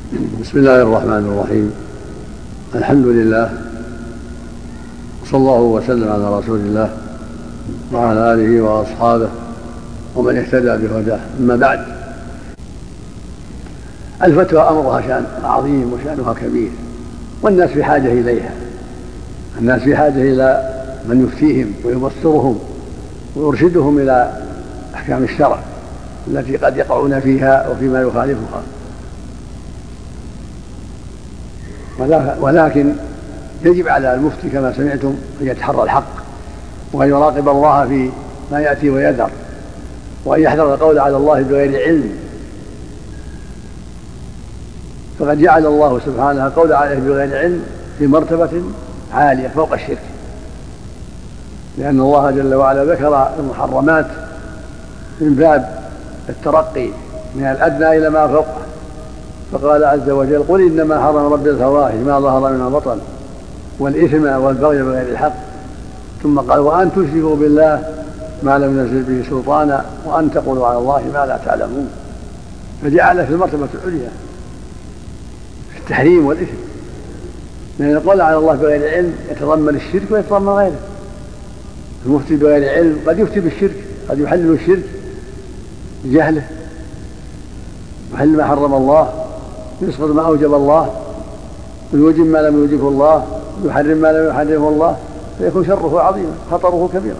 بسم الله الرحمن الرحيم. الحمد لله، صلى الله وسلم على رسول الله وعلى آله وأصحابه ومن اهتدى بهداه. أما بعد، الفتوى أمرها شأن عظيم وشأنها كبير، والناس بحاجة إليها. الناس بحاجة إلى من يفتيهم ويبصرهم ويرشدهم إلى أحكام الشرع التي قد يقعون فيها وفيما يخالفها. ولكن يجب على المفتي كما سمعتم أن يتحرى الحق، وأن يراقب الله في ما يأتي ويذر، وأن يحذر القول على الله بغير علم، فقد جعل الله سبحانه القول عليه بغير علم في مرتبة عالية فوق الشرك، لأن الله جل وعلا ذكر المحرمات من باب الترقي من الأدنى إلى ما فوقه، فقال عز وجل: قل إنما حرم ربي الفواحش ما ظهر منها بطن والإثم والبغي بغير الحق، ثم قال: وأن تشركوا بالله ما لم ينزل به سلطانا وأن تقولوا على الله ما لا تعلمون. فجعل في المرتبة العليا في التحريم والإثم، لأن القول على الله بغير علم يتضمن الشرك ويتضمن غيره. المفتي بغير علم قد يفتي بالشرك، قد يحلل الشرك بجهله، يحل ما حرم الله، يسقط ما أوجب الله، ويوجب ما لم يوجبه الله، ويحرم ما لم يحرمه الله، فيكون شره عظيما، خطره كبيرا.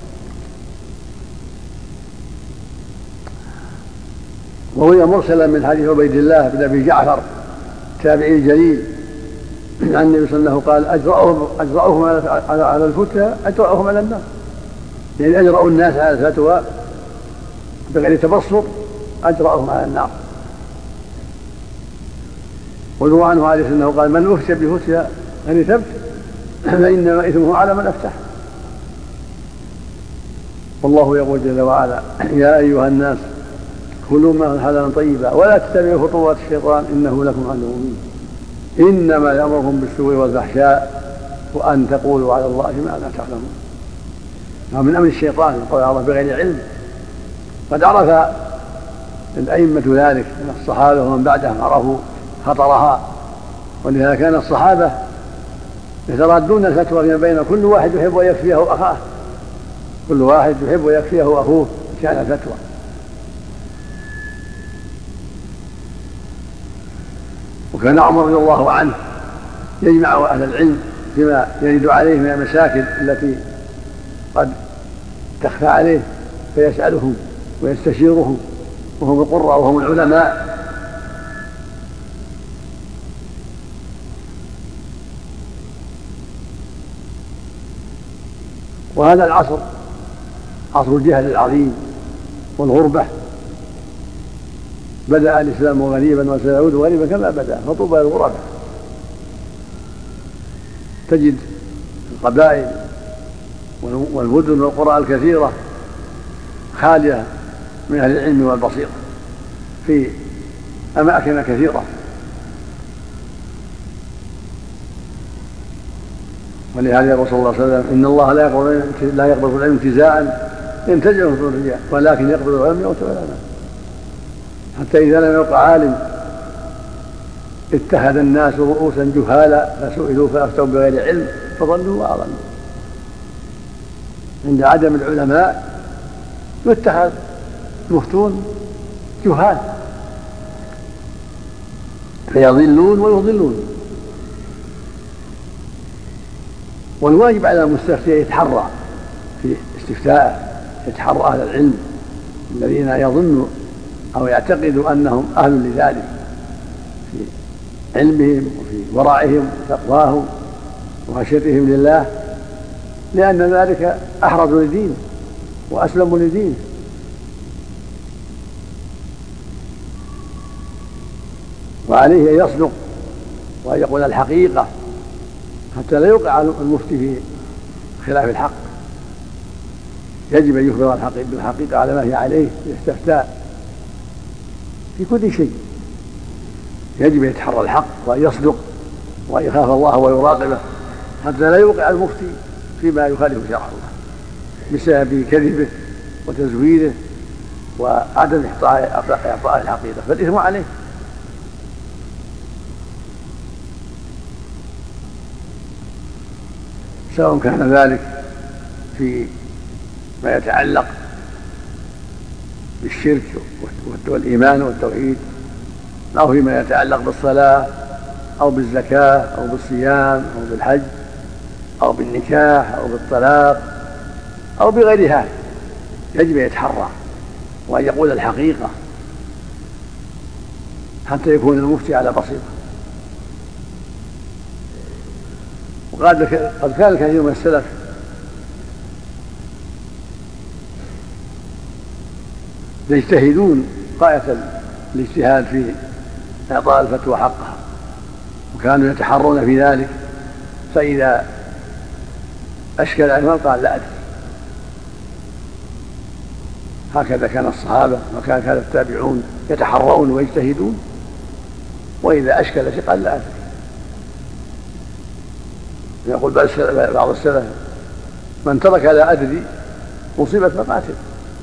وهو مرسلا من حديث عبيد الله بن أبي جعفر التابعي الجليل عن النبي صلى الله عليه وسلم قال: أجرأهم على الفتوى أجرأهم على النار، يعني أجرأوا الناس على الفتوى بغير تبصر أجرأهم على النار. وروى عنه عليه أنه قال: من أفتى بفتيا غير ثبت فإنما إثمه على من أفتح. والله يقول جل وعلا: يا أيها الناس كلوا ما حلالا طيبا ولا تتبعوا خطوات الشيطان إنه لكم عدو مبين إنما يأمركم بالسوء والفحشاء وأن تقولوا على الله ما لا تعلمون. من أمر الشيطان القول على الله بغير علم. قد عرف الأئمة ذلك من الصحابة ومن بعدهم عرفوا خطرها، ولهذا كان الصحابة يترادون الفتوى فيما بين، كل واحد يحب أن يكفيه أخاه، كل واحد يحب أن يكفيه أخوه شأن الفتوى. وكان عمر رضي الله عنه يجمع أهل العلم فيما يرد عليه من المشاكل التي قد تخفى عليه، فيسألهم ويستشيرهم، وهم القراء وهم العلماء. وهذا العصر عصر الجهل العظيم والغربة، بدأ الإسلام غريبا وسيعود غريبا كما بدأ، فطوبى للغرباء. تجد القبائل والمدن والقرى الكثيرة خالية من أهل العلم والبصيرة في أماكن كثيرة، ولهذا يقول صلى الله عليه وسلم: إن الله لا يقبض العلم انتزاعا ينتزعه في الرجال، ولكن يقبض العلم يؤتى العلماء. حتى إذا لم يبق عالم اتخذ الناس رؤوسا جهالا فسئلوا فأفتوا بغير علم فضلوا وأضلوا. عند عدم العلماء يتخذ مفتون جهال فيضلون ويضلون. والواجب على المستفتي يتحرى في استفتاءه، يتحرى أهل العلم الذين يظن أو يعتقد أنهم أهل لذلك في علمهم وفي ورعهم وتقواهم وخشيتهم لله، لأن ذلك أحرز لدينه وأسلم لدينه. وعليه أن يصدق وأن يقول الحقيقة حتى لا يوقع المفتي في خلاف الحق. يجب أن يخبر بالحقيقة على ما هي عليه يستفتاء في كل شيء. يجب أن يتحرى الحق وأن يصدق وأن يخاف الله ويراقبه حتى لا يوقع المفتي فيما يخالف شرع الله بسبب كذبه وتزويره وعدم إعطاء الحقيقة، فالإثم عليه. سواء كان ذلك في ما يتعلق بالشرك والإيمان والتوحيد، أو فيما يتعلق بالصلاة أو بالزكاة أو بالصيام أو بالحج أو بالنكاح أو بالطلاق أو بغيرها، يجب أن يتحرى وأن يقول الحقيقة حتى يكون المفتي على بصيرة. وقد كان الكثير من السلف يجتهدون غاية الاجتهاد في إعطاء الفتوى حقها، وكانوا يتحرون في ذلك، فإذا أشكل عليهم قال لا أدري. هكذا كان الصحابة وكان التابعون يتحرون ويجتهدون، وإذا أشكل شيء قال لا أدري. يقول بعض السلف من ترك لا أدري مصيبة مقاتل.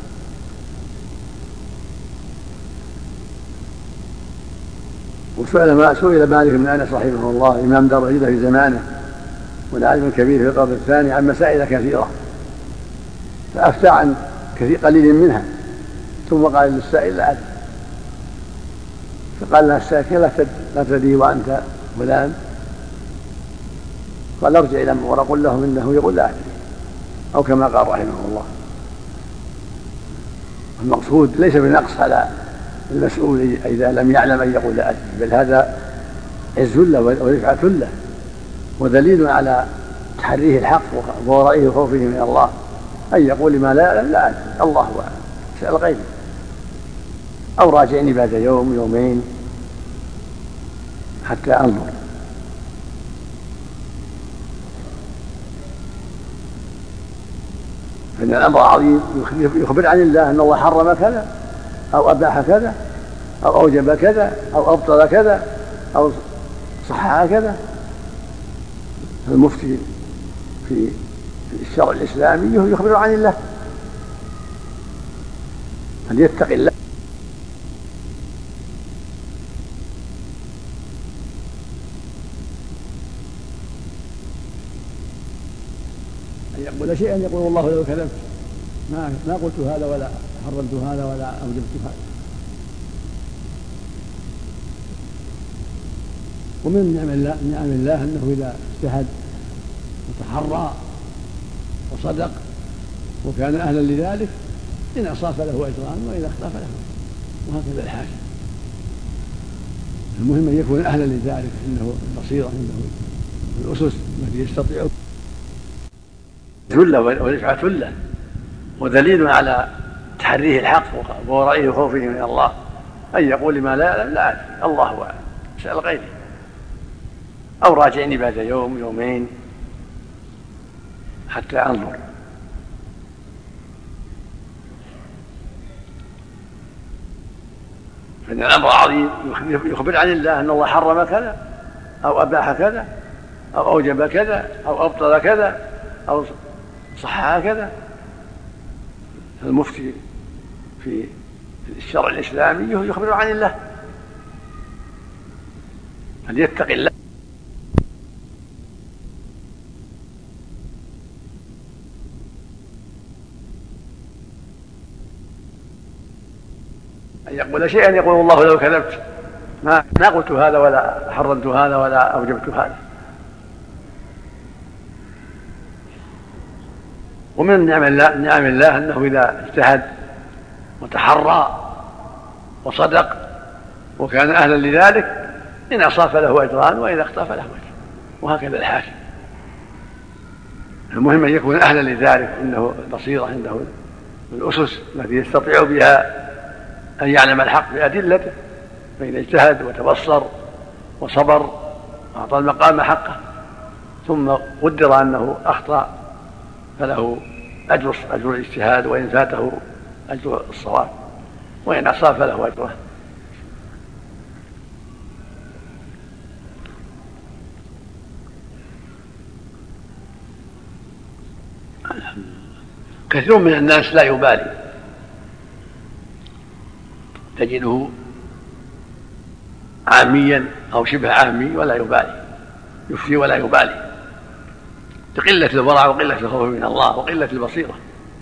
سئل مالك بن أنس رحمه الله إمام دار الهجرة في زمانه والعالم الكبير في القرن الثاني عن مسائل كثيرة، فأفتى عن قليل منها، ثم قال للسائل لا أدري، فقال له السائل لا تدري وأنت فلان؟ قال ارجع إلى المغرى قل لهم إنه يقول لا أدري، أو كما قال رحمه الله. المقصود ليس بنقص على المسؤول إذا لم يعلم أن يقول لا أدري، بل هذا عز له ورفعة له ودليل على تحريه الحق وورائه خوفه من الله، أن يقول ما لا يعلم لا أدري الله أعلم سأل غيره، أو راجعني بعد يوم يومين حتى أنظر. فإن الأمر عظيم، يخبر عن الله أن الله حرم كذا أو أباح كذا أو أوجب كذا أو أبطل كذا أو صحح كذا. المفتي في الشرع الإسلامي يخبر عن الله، أن يتقي الله. أن يقول شيئا يقول والله لو كذبت ما قلت هذا ولا حرمت هذا ولا أوجبت هذا. ومن نعم الله أنه إذا اجتهد وتحرى وصدق وكان أهلا لذلك إن أصاب فله أجران وإذا أخطأ فله، وهكذا الحاكم. المهم أن يكون أهلا لذلك، إنه البصيرة عنده الأسس التي يستطيع ذله ورفعة له ودليل على تحريه الحق وورائه خوفه من الله، أن يقول ما لا يعلم لا أدري الله أعلم سأل غيره، أو راجعني بعد يوم يومين حتى أنظر. فإن الأمر عظيم، يخبر عن الله أن الله حرم كذا أو أباح كذا أو أوجب كذا أو أبطل كذا أو صحح كذا. المفتي في الشرع الإسلامي يخبر عن الله، أن يتقي الله. أن يقول شيئا يقول والله لو كذبت ما قلت هذا ولا حرمت هذا ولا أوجبت هذا. ومن نعم الله أنه إذا اجتهد وتحرى وصدق وكان أهلا لذلك إن أصاب فله أجران وإذا أخطأ فله أجر، وهكذا الحاكم. المهم أن يكون أهلا لذلك، إنه البصيرة عنده الأسس التي يستطيع بها أن يعلم الحق بأدلته، فإذا اجتهد وتبصر وصبر وأعطى المقام حقه ثم قدر أنه أخطأ فله أجر الاجتهاد، وإن فاته أجر الصواب، وإن أصاب فله أجره. كثير من الناس لا يبالي، تجده عاميا أو شبه عامي ولا يبالي، يفتي ولا يبالي، لقلة الورع وقلة الخوف من الله وقلة البصيرة.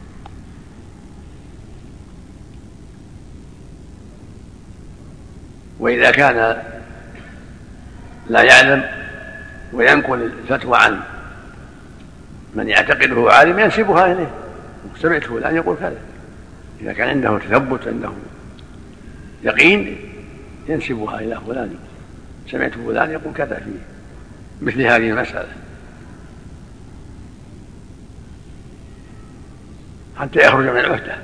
وإذا كان لا يعلم وينقل الفتوى عن من يعتقده عالم ينسبها إليه، سمعت فلان يقول كذا. إذا كان عنده تثبت عنده يقين ينسبها إلى فلان، سمعت فلان يقول كذا في مثل هذه المسألة، حتى يخرج من العهدة.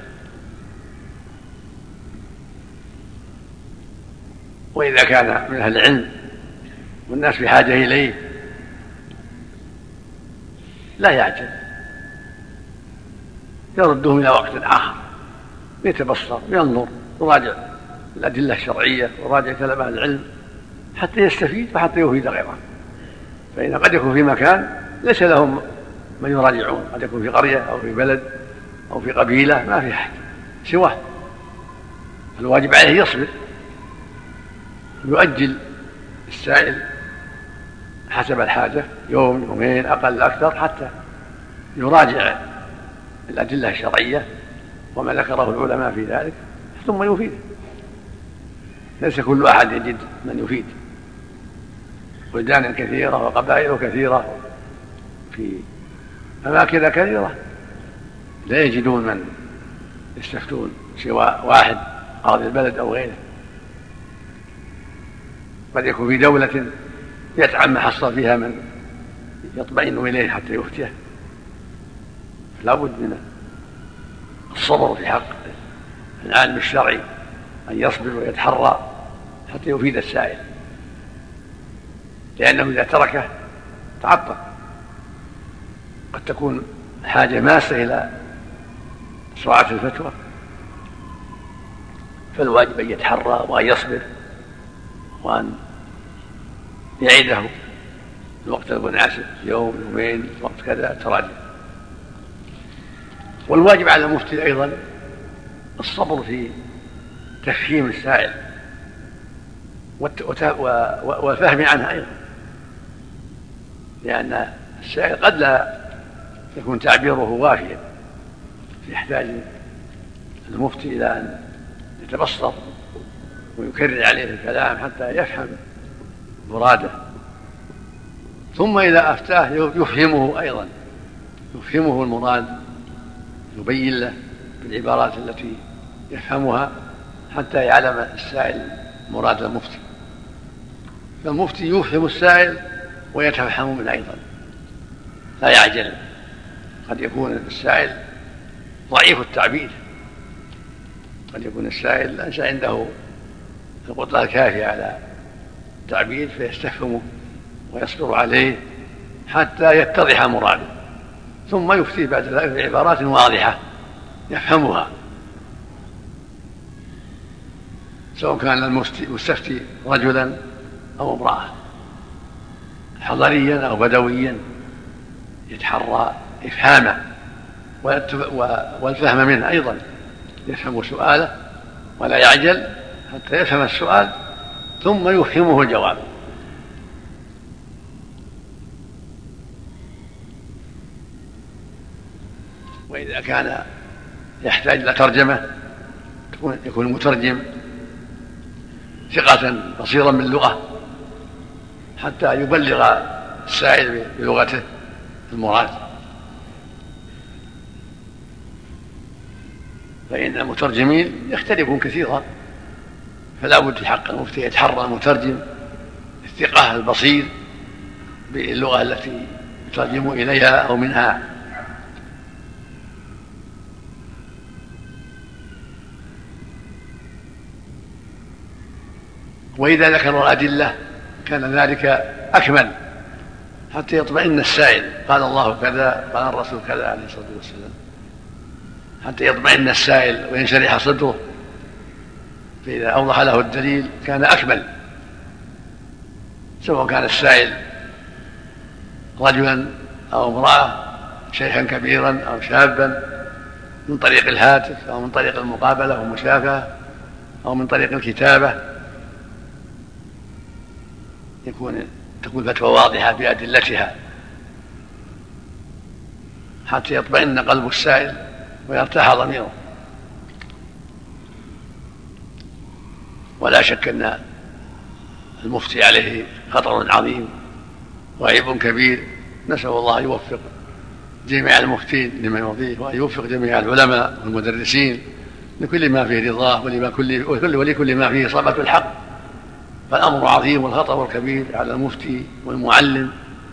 وإذا كان من أهل العلم والناس بحاجة إليه لا يعجل، يردهم إلى وقت آخر، يتبصر ينظر يراجع الأدلة الشرعية وراجع كلام أهل العلم حتى يستفيد وحتى يفيد غيره. فإن قد يكون في مكان ليس لهم من يراجعون، قد يكون في قرية أو في بلد أو في قبيلة ما في أحد سواه، الواجب عليه يصبر، يؤجل السائل حسب الحاجة، يوم يومين أقل أكثر، حتى يراجع الأدلة الشرعية وما ذكره العلماء في ذلك ثم يفيد. ليس كل أحد يجد من يفيد، بلدان كثيرة وقبائل كثيرة في أماكن كثيرة لا يجدون من يستفتون سوى واحد قاضي البلد أو غيره. قد يكون في دولة يتعب ما حصل فيها من يطمئن إليه حتى يفتيه. لا بد من الصبر في حق العالم الشرعي، أن يصبر ويتحرى حتى يفيد السائل، لأنه إذا تركه تعطل، قد تكون حاجة ماسة إلى سرعة الفتوى، فالواجب أن يتحرى وأن يصبر وأن يعيده الوقت المناسب، يوم يومين وقت كذا تراجع. والواجب على المفتي أيضا الصبر في تفهيم السائل والفهم عنها أيضا، لأن السائل قد لا يكون تعبيره وافيا، يحتاج المفتي إلى أن يتبصر ويكرر عليه الكلام حتى يفهم مراده، ثم إذا أفتاه يفهمه أيضا، يفهمه المراد، يبين له بالعبارات التي يفهمها حتى يعلم السائل مراد المفتي. فالمفتي يفهم السائل ويتفهم منه أيضا، لا يعجل. قد يكون السائل ضعيف التعبير، قد يكون السائل ليس عنده القدرة الكافية على التعبير فيستفهمه ويصبر عليه حتى يتضح مراده، ثم يفتي بعد ذلك بعبارات واضحة يفهمها، سواء كان المستفتي رجلا أو امرأة، حضريا أو بدويا، يتحرى إفهامه والفهم منه أيضا، يفهم سؤاله ولا يعجل حتى يفهم السؤال ثم يفهمه الجواب. وإذا كان يحتاج إلى ترجمة يكون المترجم ثقة بصيرا باللغة حتى يبلغ السائل بلغته المراد، فإن المترجمين يختلفون كثيرا، فلا بد في حق المفتي يتحرى المترجم الثقة البصير باللغة التي يترجم إليها أو منها. وإذا ذكروا الأدلة كان ذلك أكمل حتى يطمئن السائل، قال الله كذا قال الرسول كذا عليه الصلاة والسلام، حتى يطمئن السائل وينشرح صدره، فإذا أوضح له الدليل كان أكمل، سواء كان السائل رجلا أو امرأة، شيخا كبيرا أو شابا، من طريق الهاتف أو من طريق المقابلة والمشافهة أو من طريق الكتابة، تكون الفتوى واضحة بأدلتها حتى يطمئن قلب السائل ويرتاح ضميره. ولا شك أن المفتي عليه خطر عظيم وعيب كبير، نسأل الله أن يوفق جميع المفتين لما يرضيه، وأن يوفق جميع العلماء والمدرسين لكل ما فيه رضاه ولكل ما فيه إصابة الحق. فالأمر عظيم والخطر كبير على المفتي والمعلم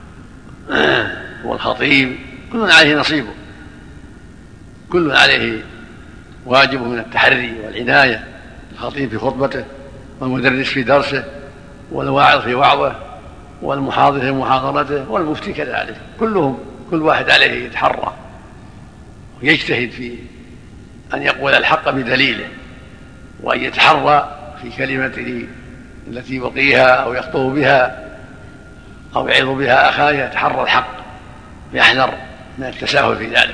والخطيب، كل عليه نصيبه، كل عليه واجبه من التحري والعناية. الخطيب في خطبته، والمدرس في درسه، والواعظ في وعظه، والمحاضر في محاضرته، والمفتي كذلك. كل واحد عليه يتحرى ويجتهد في أن يقول الحق بدليله، وأن يتحرى في كلمته التي يلقيها أو يخطب بها أو يعظ بها أخاه، يتحرى الحق ويحذر من التساهل في ذلك.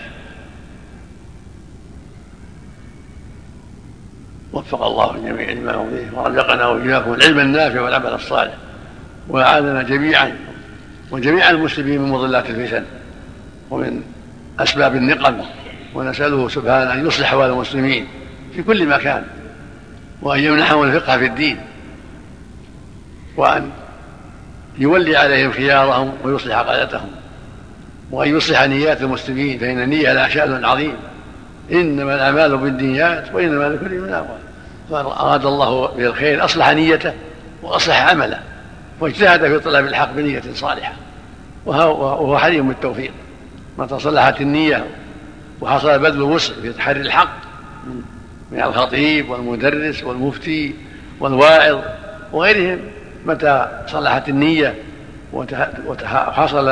وفق الله الجميع لما يرضيه، ورزقنا وإياكم العلم النافع والعمل الصالح، وأعاذنا جميعا وجميع المسلمين من مضلات الفتن ومن أسباب النقم، ونسأله سبحانه أن يصلح أحوال المسلمين في كل مكان، وأن يمنحهم الفقه في الدين، وأن يولي عليهم خيارهم ويصلح عقيدتهم، وأن يصلح نيات المسلمين، فإن النية لها شأن عظيم. إنما الأعمال بالنيات وإنما لكل امرئ ما نوى. فأراد الله به الخير أصلح نيته وأصلح عمله، واجتهد في طلب الحق بنية صالحة، وهو حريم بالتوفيق. متى صلحت النية وحصل بذل الوسع في تحري الحق من الخطيب والمدرس والمفتي والواعظ وغيرهم، متى صلحت النية وحصل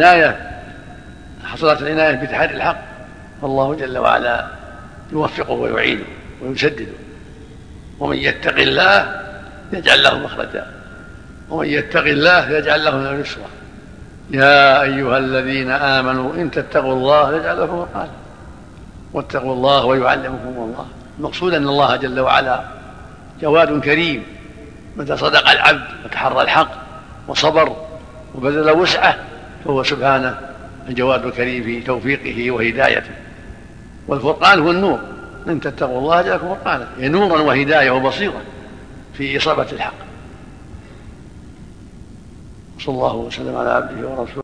حصلت العناية بتحري الحق، فالله جل وعلا يوفقه ويعينه ويسدده. ومن يتق الله يجعل له مخرجا، ومن يتق الله يجعل له من أمره يسرا. يا أيها الذين آمنوا إن تتقوا الله يجعل لكم فرقانا واتقوا الله ويعلمكم الله. المقصود أن الله جل وعلا جواد كريم، متى صدق العبد وتحرى الحق وصبر وبذل وسعه فهو سبحانه الجواد الكريم في توفيقه وهدايته. والفرقان هو النور، إن تتقوا الله يجعل لكم فرقانا، يعني نورا وهداية وبصيرة في إصابة الحق. صلى الله وسلم على عبده ورسوله.